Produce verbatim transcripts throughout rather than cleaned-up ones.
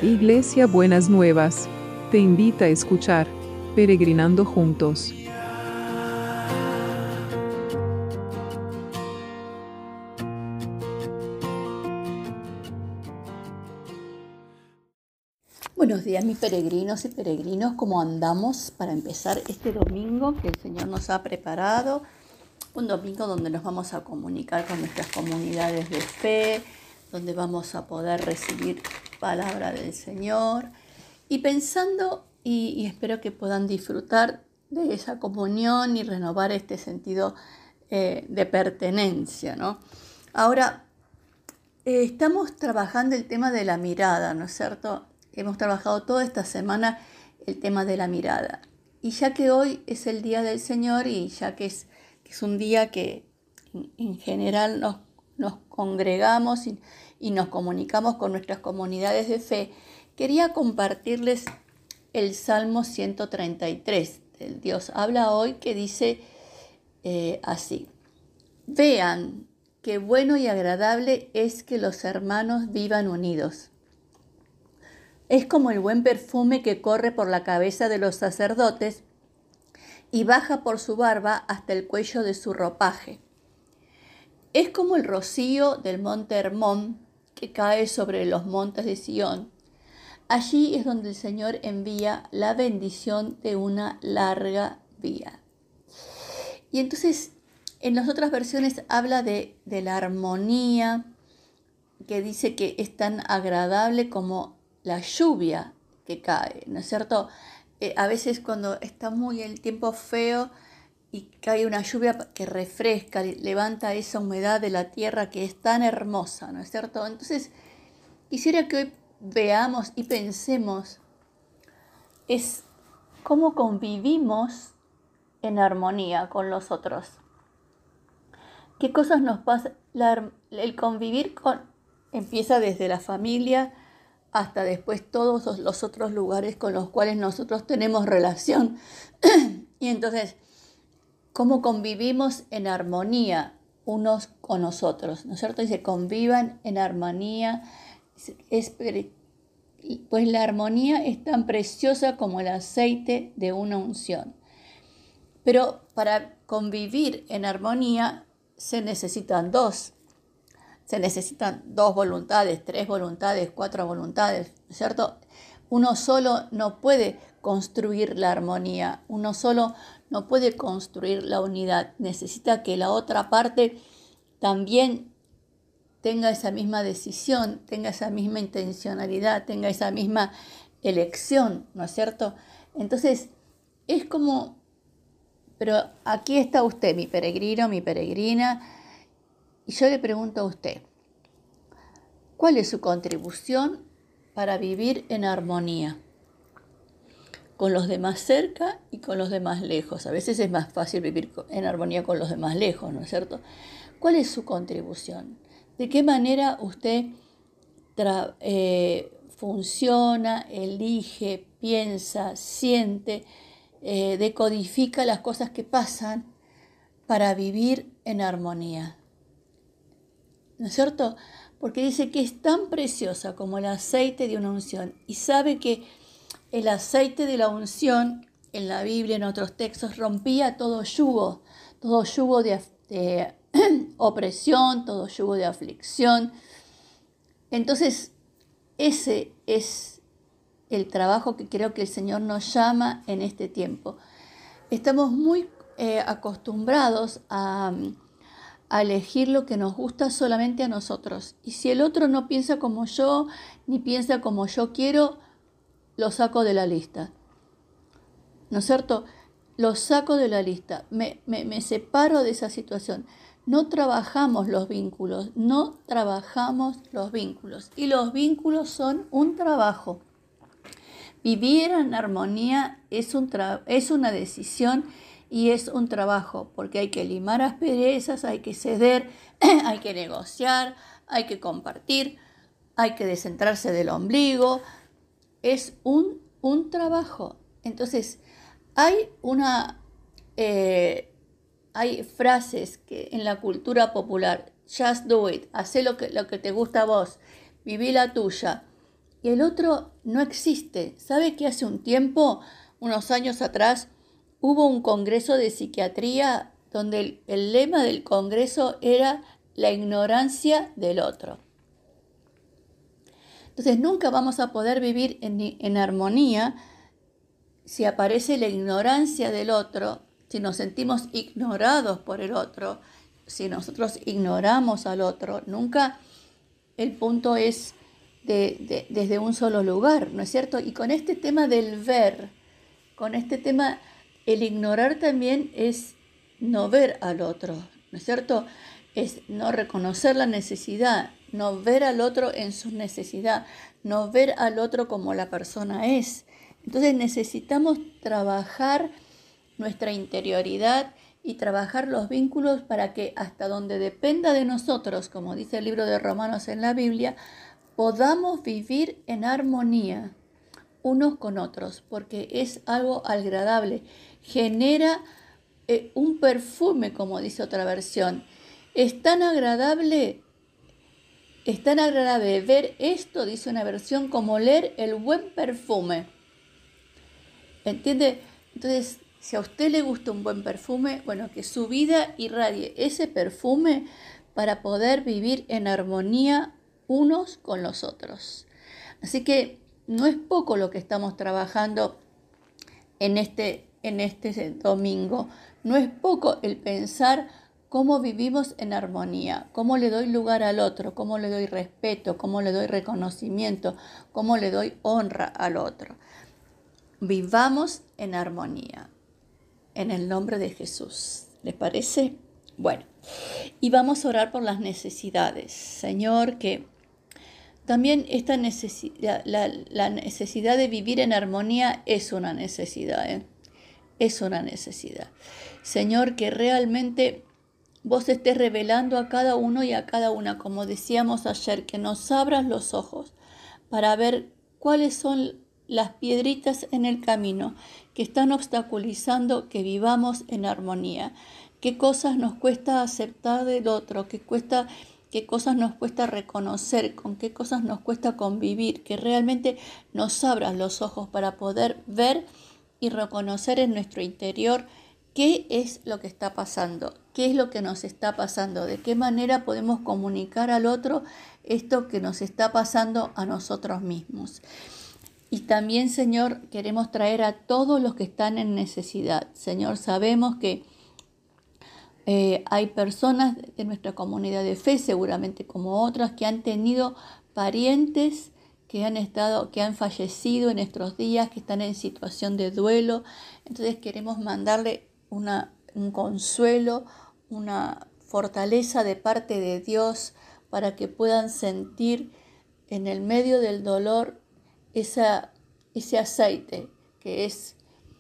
Iglesia Buenas Nuevas, te invita a escuchar Peregrinando Juntos. Buenos días, mis peregrinos y peregrinos, ¿cómo andamos para empezar este domingo que el Señor nos ha preparado? Un domingo donde nos vamos a comunicar con nuestras comunidades de fe, donde vamos a poder recibir palabra del Señor y pensando, y, y espero que puedan disfrutar de esa comunión y renovar este sentido eh, de pertenencia, ¿no? Ahora, eh, estamos trabajando el tema de la mirada, ¿no es cierto? Hemos trabajado toda esta semana el tema de la mirada. Y ya que hoy es el Día del Señor y ya que es, que es un día que en, en general nos, nos congregamos y, y nos comunicamos con nuestras comunidades de fe, quería compartirles el Salmo ciento treinta y tres del Dios Habla Hoy, que dice eh, así: Vean qué bueno y agradable es que los hermanos vivan unidos. Es como el buen perfume que corre por la cabeza de los sacerdotes y baja por su barba hasta el cuello de su ropaje. Es como el rocío del monte Hermón que cae sobre los montes de Sión. Allí es donde el Señor envía la bendición de una larga vida. Y entonces, en las otras versiones habla de, de la armonía, que dice que es tan agradable como la lluvia que cae, ¿no es cierto? Eh, a veces cuando está muy el tiempo feo y cae una lluvia que refresca, levanta esa humedad de la tierra que es tan hermosa, ¿no es cierto? Entonces, quisiera que hoy veamos y pensemos es cómo convivimos en armonía con los otros. ¿Qué cosas nos pasa? La, el convivir con, empieza desde la familia hasta después todos los otros lugares con los cuales nosotros tenemos relación. Y entonces, ¿cómo convivimos en armonía unos con nosotros? ¿No es cierto? Dice, convivan en armonía. Es, pues la armonía es tan preciosa como el aceite de una unción. Pero para convivir en armonía se necesitan dos. Se necesitan dos voluntades, tres voluntades, cuatro voluntades, ¿cierto? Uno solo no puede construir la armonía, uno solo no puede construir la unidad. Necesita que la otra parte también tenga esa misma decisión, tenga esa misma intencionalidad, tenga esa misma elección, ¿no es cierto? Entonces, es como, pero aquí está usted, mi peregrino, mi peregrina, y yo le pregunto a usted, ¿cuál es su contribución para vivir en armonía? Con los demás cerca y con los demás lejos. A veces es más fácil vivir en armonía con los demás lejos, ¿no es cierto? ¿Cuál es su contribución? ¿De qué manera usted tra- eh, funciona, elige, piensa, siente, eh, decodifica las cosas que pasan para vivir en armonía? ¿No es cierto? Porque dice que es tan preciosa como el aceite de una unción. Y sabe que el aceite de la unción, en la Biblia, en otros textos, rompía todo yugo, todo yugo de, de opresión, todo yugo de aflicción. Entonces, ese es el trabajo que creo que el Señor nos llama en este tiempo. Estamos muy eh, acostumbrados a... a elegir lo que nos gusta solamente a nosotros. Y si el otro no piensa como yo, ni piensa como yo quiero, lo saco de la lista. ¿No es cierto? Lo saco de la lista. Me, me, me separo de esa situación. No trabajamos los vínculos. No trabajamos los vínculos. Y los vínculos son un trabajo. Vivir en armonía es, un tra- es una decisión y es un trabajo, porque hay que limar asperezas, hay que ceder, hay que negociar, hay que compartir, hay que descentrarse del ombligo. Es un, un trabajo. Entonces, hay una eh, hay frases que en la cultura popular, just do it, hacé lo que, lo que te gusta a vos, viví la tuya. y el otro no existe. ¿Sabe que hace un tiempo, unos años atrás, hubo un congreso de psiquiatría donde el, el lema del congreso era la ignorancia del otro? Entonces nunca vamos a poder vivir en, en armonía si aparece la ignorancia del otro, si nos sentimos ignorados por el otro, si nosotros ignoramos al otro. Nunca el punto es de, de, desde un solo lugar, ¿no es cierto? Y con este tema del ver, con este tema, el ignorar también es no ver al otro, ¿no es cierto? Es no reconocer la necesidad, no ver al otro en su necesidad, no ver al otro como la persona es. Entonces necesitamos trabajar nuestra interioridad y trabajar los vínculos para que hasta donde dependa de nosotros, como dice el libro de Romanos en la Biblia, podamos vivir en armonía unos con otros, porque es algo agradable, genera eh, un perfume, como dice otra versión. Es tan agradable, es tan agradable ver esto, dice una versión, como leer el buen perfume. ¿Entiende? Entonces, si a usted le gusta un buen perfume, bueno, que su vida irradie ese perfume para poder vivir en armonía unos con los otros. Así que no es poco lo que estamos trabajando en este, en este domingo. No es poco el pensar cómo vivimos en armonía, cómo le doy lugar al otro, cómo le doy respeto, cómo le doy reconocimiento, cómo le doy honra al otro. Vivamos en armonía, en el nombre de Jesús. ¿Les parece? Bueno, y vamos a orar por las necesidades. Señor, que también esta necesidad, la, la necesidad de vivir en armonía es una necesidad, ¿eh? Es una necesidad. Señor, que realmente vos estés revelando a cada uno y a cada una, como decíamos ayer, que nos abras los ojos para ver cuáles son las piedritas en el camino que están obstaculizando que vivamos en armonía. Qué cosas nos cuesta aceptar del otro, qué cuesta... qué cosas nos cuesta reconocer, con qué cosas nos cuesta convivir, que realmente nos abras los ojos para poder ver y reconocer en nuestro interior qué es lo que está pasando, qué es lo que nos está pasando, de qué manera podemos comunicar al otro esto que nos está pasando a nosotros mismos. Y también, Señor, queremos traer a todos los que están en necesidad. Señor, sabemos que Eh, hay personas de nuestra comunidad de fe, seguramente como otras, que han tenido parientes que han estado, que han fallecido en estos días, que están en situación de duelo. Entonces queremos mandarle una, un consuelo, una fortaleza de parte de Dios para que puedan sentir en el medio del dolor esa, ese aceite que es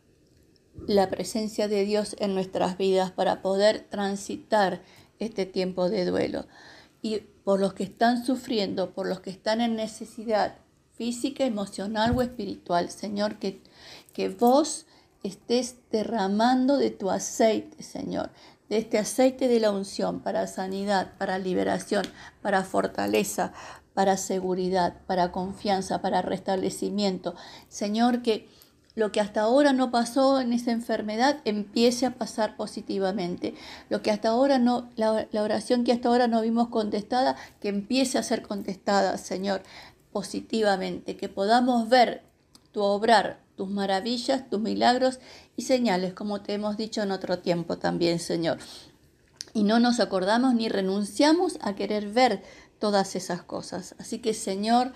la presencia de Dios en nuestras vidas para poder transitar este tiempo de duelo. Y por los que están sufriendo, por los que están en necesidad física, emocional o espiritual, Señor, que, que vos estés derramando de tu aceite, Señor, de este aceite de la unción para sanidad, para liberación, para fortaleza, para seguridad, para confianza, para restablecimiento. Señor, que lo que hasta ahora no pasó en esa enfermedad empiece a pasar positivamente. Lo que hasta ahora no, la, la oración que hasta ahora no vimos contestada, que empiece a ser contestada, Señor, positivamente. Que podamos ver tu obrar, tus maravillas, tus milagros y señales, como te hemos dicho en otro tiempo también, Señor. Y no nos acordamos ni renunciamos a querer ver todas esas cosas. Así que, Señor,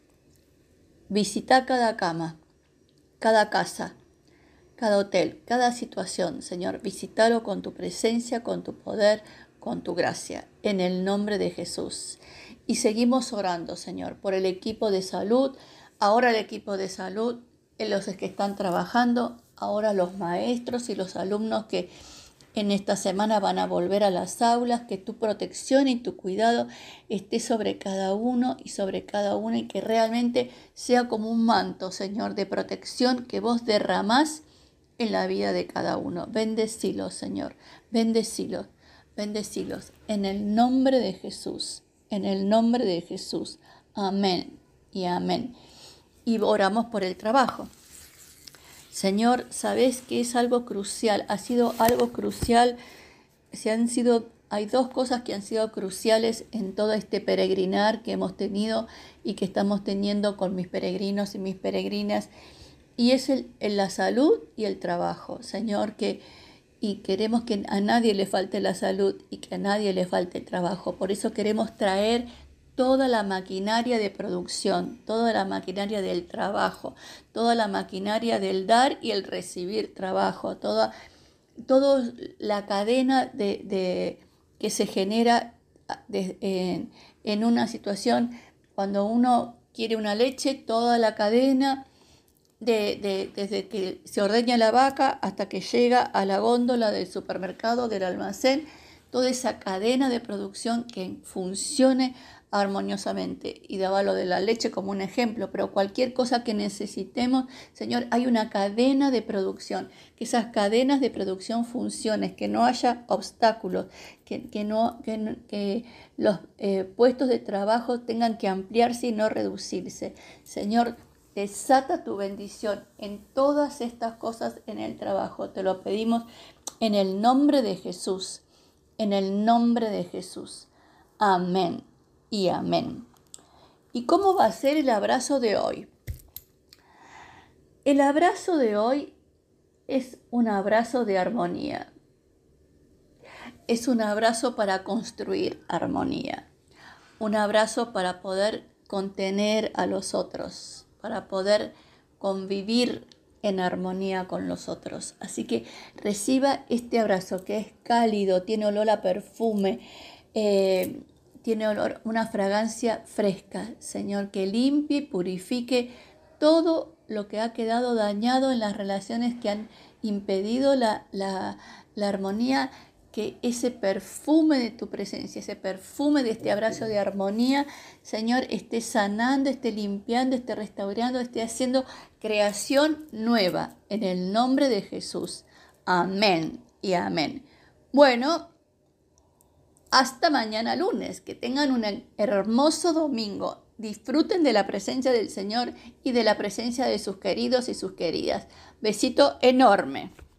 visita cada cama, cada casa, cada hotel, cada situación, Señor. Visítalo con tu presencia, con tu poder, con tu gracia, en el nombre de Jesús. Y seguimos orando, Señor, por el equipo de salud, ahora el equipo de salud, en los que están trabajando, ahora los maestros y los alumnos que en esta semana van a volver a las aulas, que tu protección y tu cuidado esté sobre cada uno y sobre cada una y que realmente sea como un manto, Señor, de protección que vos derramás en la vida de cada uno. Bendecilos, Señor, bendecilos, bendecilos en el nombre de Jesús, en el nombre de Jesús. Amén y amén. y oramos por el trabajo. Señor, sabes que es algo crucial, ha sido algo crucial, se han sido, hay dos cosas que han sido cruciales en todo este peregrinar que hemos tenido y que estamos teniendo con mis peregrinos y mis peregrinas, y es el, el, la salud y el trabajo, Señor, que y queremos que a nadie le falte la salud y que a nadie le falte el trabajo. Por eso queremos traer toda la maquinaria de producción, toda la maquinaria del trabajo, toda la maquinaria del dar y el recibir trabajo, toda, toda la cadena de, de, que se genera de, en, en una situación. Cuando uno quiere una leche, toda la cadena, de, de, desde que se ordeña la vaca hasta que llega a la góndola del supermercado, del almacén, toda esa cadena de producción que funcione armoniosamente. Y daba lo de la leche como un ejemplo, pero cualquier cosa que necesitemos, Señor, hay una cadena de producción, que esas cadenas de producción funcionen, que no haya obstáculos, que, que, no, que, que los eh, puestos de trabajo tengan que ampliarse y no reducirse. Señor, desata tu bendición en todas estas cosas en el trabajo. Te lo pedimos en el nombre de Jesús, en el nombre de Jesús. Amén y amén. ¿Y cómo va a ser el abrazo de hoy? El abrazo de hoy es un abrazo de armonía. Es un abrazo para construir armonía. Un abrazo para poder contener a los otros, para poder convivir en armonía con los otros. Así que reciba este abrazo que es cálido, tiene olor a perfume, eh, tiene olor, una fragancia fresca, Señor, que limpie y purifique todo lo que ha quedado dañado en las relaciones que han impedido la, la, la armonía. Que ese perfume de tu presencia, ese perfume de este abrazo de armonía, Señor, esté sanando, esté limpiando, esté restaurando, esté haciendo creación nueva en el nombre de Jesús. Amén y amén. Bueno, hasta mañana lunes. Que tengan un hermoso domingo. Disfruten de la presencia del Señor y de la presencia de sus queridos y sus queridas. Besito enorme.